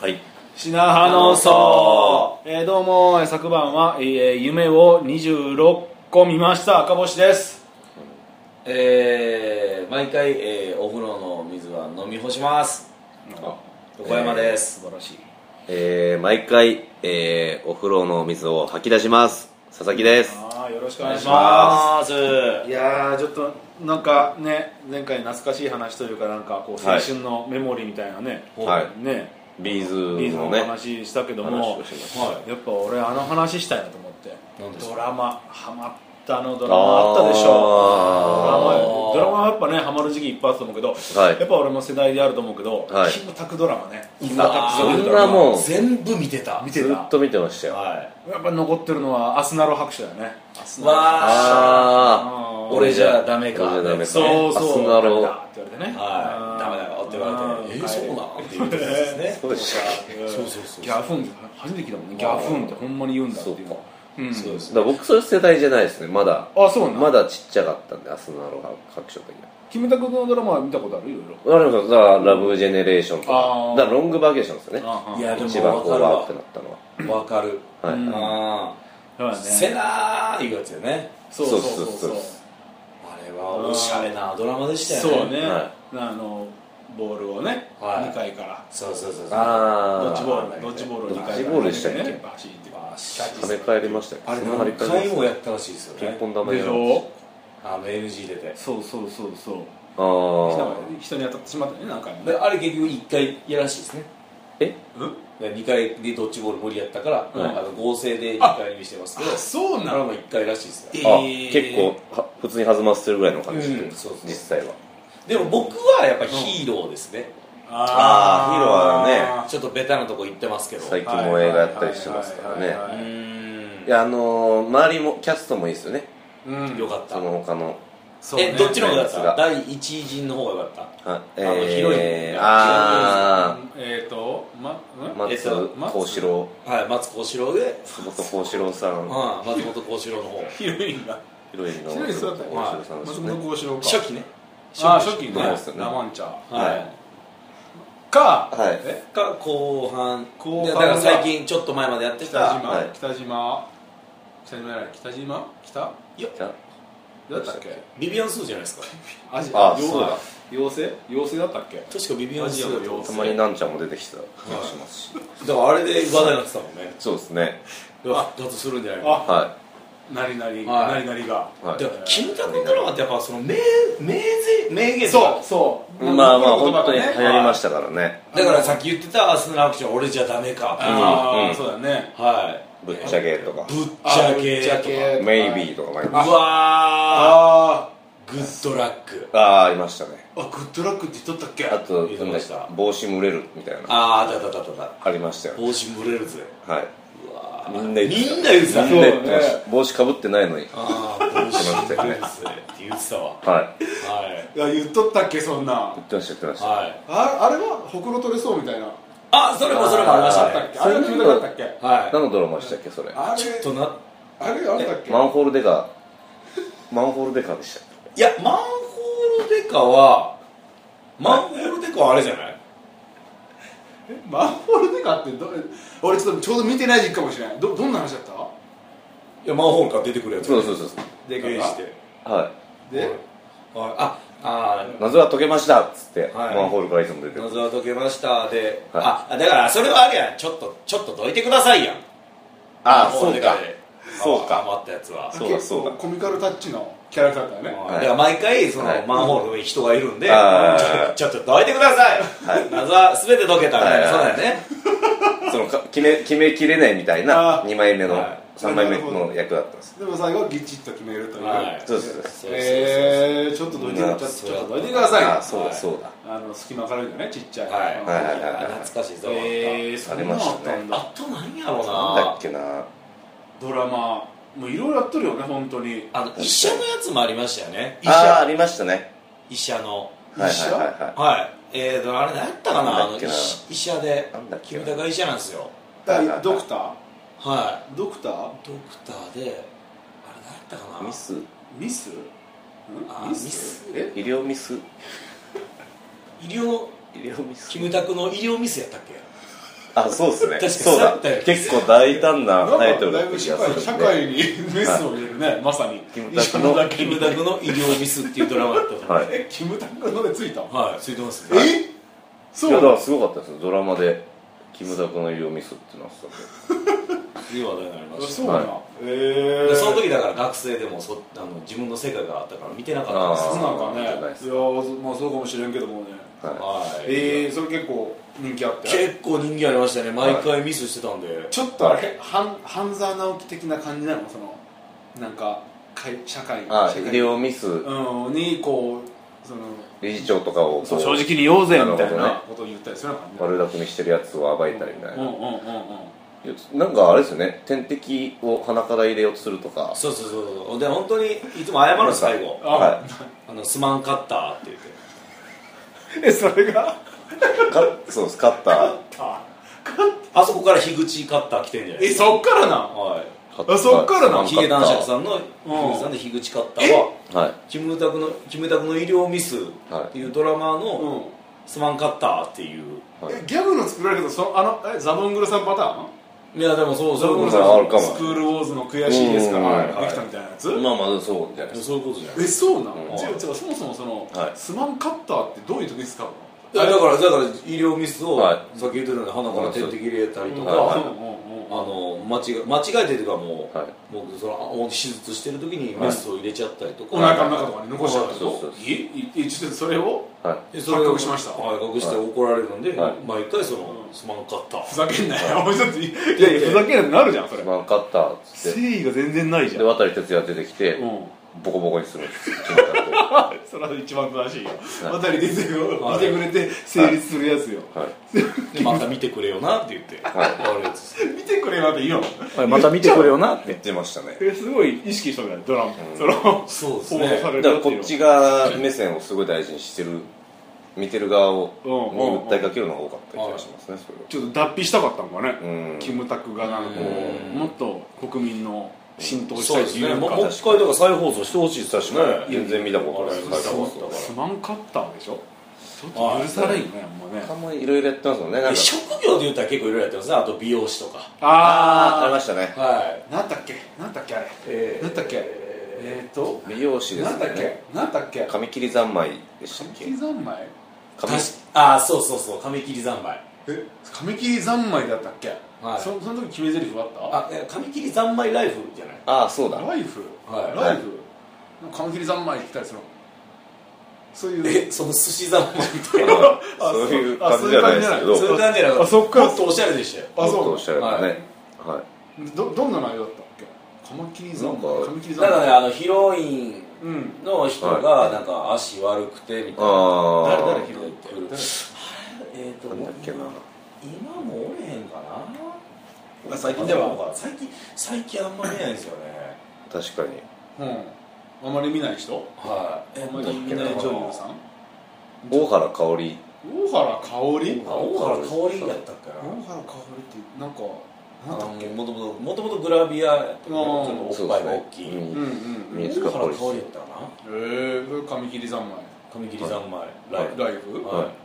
はい。 品派の層、どうも昨晩は、夢を26個見ました赤星です。 毎回、お風呂の水は飲み干します。横山です。 素晴らしい。 毎回、お風呂の水を吐き出します佐々木です。 よろしくお願いします。 いやーちょっとなんかね、前回懐かしい話というか、なんかこう青春のメモリーみたいなね、 はいね、 ビーズのね話したけども、やっぱ俺あの話したいなと思って。ドラマハマったのドラマあったでしょ。ドラマはやっぱねハマる時期いっぱいあったと思うけど、やっぱ俺も世代であると思うけど、キムタクドラマね、 そんなもん全部見てた。 ずっと見てましたよ。 やっぱ残ってるのはアスナロ白書だよね。 俺じゃダメか。 そうそう、 アスナロって言われてね、 ダメだよって言われて、そうなんって言ってたんですね。 そうでした。 そうギャフン初めて聞いたもんね。ギャフンってほんまに言うんだっていう。 そうです。だから僕そういう世代じゃないですね。まだまだちっちゃかったんで、アスナロ白書の時は。 キムタクのドラマは見たことある？いろいろ。 あります。だからラブジェネレーションとか、だからロングバケーションですよね。 いやでも一番こうワーってなったのは。 わかる。セナーいうやつよね。 そう。 あれはおしゃれなドラマでしたよね。 そうね。ボールをね、2階から。 そう。 ドッジボールを2階から。 ドッジボールでしたっけ？跳ね返りましたよ。 あれ何回もやったらしいですよね。 ピンポン玉やる。 NG 出て。 そう。人に当たってしまったね、何回も。 あれ結局1回やらしいですね。2回でドッジボール無理やったから合成で2回にしてますけど、 そうなの。 1回らしいですよ。 結構普通に弾ませてるぐらいの感じで、実際は。 でも僕はやっぱヒーローですね。 ヒーローはね、 ちょっとベタなとこ行ってますけど、 最近も映画やったりしてますからね。いや周りもキャストもいいですよね。 よかった。 その他のどっちの方が良かった？第一位陣の方が良かった？ヒロイン松幸四郎。 松幸四郎で松本幸四郎さん。 松本幸四郎の方。 ヒロインの松本幸四郎か。 初期ね。 初期ね。ラマンチャか後半だから最近ちょっと前までやってた北島だったっけ？ビビアンスーじゃないですか。 そうだ。 妖精だったっけ？ 確かビビアンスー。 たまになんちゃんも出てきた気がしますし。 だからあれで話題になってたもんね。 そうですね。 だとするんじゃないか。 何々が。 キムタクドラマってやっぱその名言。 そう。 まあ本当に流行りましたからね。 だからさっき言ってたアスナラクション俺じゃダメか。 そうだね。 ぶっちゃけとか。 ぶっちゃけ。 メイビーとかもありました。 うわー。グッドラック。 ありましたね。 グッドラックって言っとったっけ？ あと帽子蒸れるみたいな。 ありましたよ。 帽子蒸れるぜ。 はい。みんな言ってた。帽子かぶってないのに。 帽子蒸れるぜって言ってたわ。 言っとったっけ？そんな言ってました。 あれはほくろ取れそうみたいな。 それもありましたね。 あれはキムタクだったっけ？ 何のドラマでしたっけそれ？ ちょっとなあれあったっけ？ マンホールデカでしたっけ？いやマンホールデカはあれじゃない？ マンホールデカって俺ちょっと見てない時期かもしれない。どんな話だった？ いやマンホールから出てくるやつ。 そう。 でかいして。 で謎は解けましたっつってマンホールからいつも出てる。 謎は解けましたで、だからそれはあれやん。ちょっと解いてくださいやん。 そうか。 余ったやつはそうだ。 コミカルタッチのキャラクターだったよね。 だから毎回そのマンホールの上に人がいるんで、ちょっと解いてください。謎は全て解けたみたいな。そうだよね。 その決めきれないみたいな2枚目の3枚目の役だったんです。 でも最後はギチッと決めるという。 そうです。 ちょっとどいてください。 そうだ。 隙間からね、ちっちゃい。 懐かしいぞ。 ありましたね。 あと何やろうな。 なんだっけな。 ドラマもういろいろやってるよね、本当に。 医者のやつもありましたよね。 ありましたね。 医者の。 あれ何やったかな。医者でキムタクが医者なんですよ。 ドクター？ドクターであれ何やったかな。 ミス？ 医療ミス？ キムタクの医療ミスやったっけ？ あ、そうですね。 確かにそうだ。結構大胆なタイトルだった気がする。 社会にメスを入れるね、まさに。 キムタクの医療ミスっていうドラマだったはい。 キムタクのでついた？ はい、ついてますね。 そうだからすごかったですよ。ドラマでキムタクの医療ミスってなってたんで。 いい話題になりました。 そうな。 でその時だから学生でも自分の世界があったから見てなかったんです。 そうなんかね。いやまあそうかもしれんけどもね。 はい。 それ結構人気あって。 結構人気ありましたね。毎回ミスしてたんで。 ちょっとあれ半沢直樹的な感じなの、そのなんか社会医療ミスにこうその理事長とかを正直に言おうぜみたいなことを言ったりするのかね。 悪巧みしてるやつを暴いたりみたいな。なんかあれですよね、点滴を鼻から入れようとするとか。 そうで本当にいつも謝る最後、すまんかったって言ってそれがそうです、カッターあそこから樋口カッター来てんじゃないですか。 そっからな。そっからな。 ヒゲ男爵さんの樋口さんで樋口カッターはキムタクの医療ミスっていうドラマのすまんかったっていうギャグの作られ方、ザブングルさんパターン？ いやでもそうザブングルさんあるかも。 スクールウォーズの悔しいですからできたみたいなやつ。 まあそうじゃないですか。 そういうことじゃない。 そうなの？違うそもそもそのすまんかったってどういう時に使うの？ だから医療ミスをさっき言ってたように鼻から点滴入れたりとか間違えてというかもうその手術してる時にメスを入れちゃったりとかお腹の中とかに残しちゃったりとかそれを発覚しました。 隠して怒られるので毎回そのすまんかったふざけんなよ。いやふざけんなってなるじゃんそれ。 すまんかったっつって誠意が全然ないじゃん。 で渡哲也出てきてボコボコにするんですそれは一番正しいよ。渡哲也を見てくれて成立するやつよ。 でまた見てくれよなって言って見てくれよなっていいの？ また見てくれよなって言ってましたね。 すごい意識したんだよドラマ。 そうですね。 だからこっち側目線をすごい大事にしてる、見てる側を訴えかけるのが多かった気がしますね。 ちょっと脱皮したかったのかね、キムタクがなんかもっと国民の浸透したいっていうか、 もう一回だから再放送してほしいです。確かに全然見たことない。 すまんかったでしょ。ちょっと許されんよね。 あんまりいろいろやってますもんね。 職業で言ったら結構いろいろやってますね。あと美容師とかありましたね。 なんだっけあれなんだっけ美容師ですね。 なんだっけ髪切り三昧でしたっけ。 髪切り三昧？ そう髪切り三昧。 髪切り三昧だったっけ？その時決め台詞あった？ 髪切り三昧ライフじゃない？ そうだ。 ライフ髪切り三昧って言ったりするの？そういうその寿司三昧みたいなそういう感じじゃないですけど、 そういう感じじゃなくて、 そっかもっとおしゃれでしたよ。 もっとおしゃれだね。 どんな内容だったっけ？髪切り三昧。 だからね、ヒロインの人がなんか足悪くてみたいな。誰ヒロインって？なんだっけな。今もおれへんかな。最近あんまり見ないんですよね。 確かに。 あまり見ない人？ あまり見ない女優さん？ 大原香織。 大原香織やったっけな。大原香織ってなんかもともとグラビアやったおっぱいが大きい。大原香織やったかな。 髪切り三昧ライフ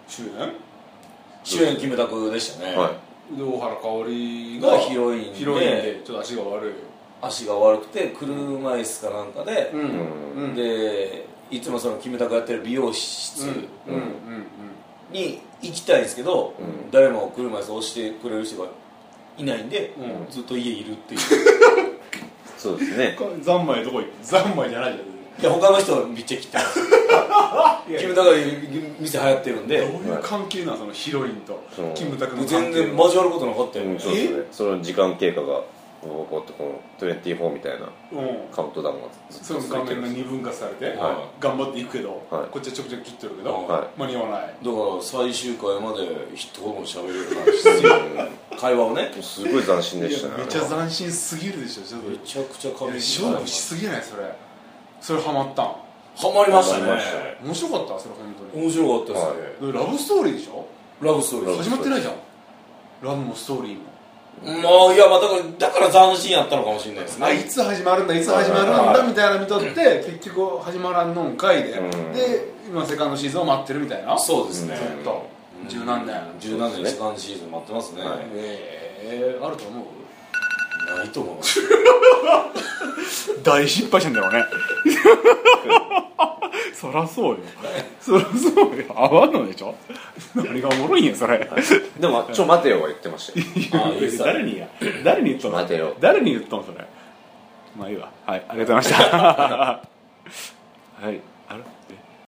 主演キムタクでしたね。で大原香織がヒロインでちょっと足が悪くて車椅子かなんかで、でいつもそのキムタクやってる美容室に行きたいんですけど、誰も車椅子を押してくれる人がいないんで、ずっと家いるっていう。 そうですね。 三昧どこ行く？三昧じゃないじゃん。 いや他の人はめっちゃ切ってます。キムタクが店流行ってるんで。 どういう関係なのそのヒロインとキムタクの関係？ 全然交わることなかったよね。 そうですね。その時間経過がこの24みたいなカウントダウンがその画面が二分割されて頑張っていくけど、こっちはちょくちょく切ってるけど間に合わない。だから最終回まで一言も喋れる感じですよ。会話をね。 すごい斬新でしたね。 めっちゃ斬新すぎるでしょ。 めちゃくちゃ神勝負しすぎないそれハマったん？ ハマりましたね。 面白かったそれ本当に。 面白かったですね。 ラブストーリーでしょ？ ラブストーリー始まってないじゃん。ラブもストーリーも。 いやだから斬新やったのかもしれないですね。 いつ始まるんだみたいなの見とって結局始まらんのんかいで、で今セカンドシーズンを待ってるみたいな。 そうですね。 十何年セカンドシーズン待ってますね。 あると思う？ ないと思います。 大失敗したんだろうね。そりゃそうよ。そりゃそうよ。合わんのでしょ。何がおもろいんやそれ。 でも待てよは言ってましたよ。 誰に言ったの？ 待てよ。 誰に言ったのそれ。まあいいわ。はい、ありがとうございました。はい。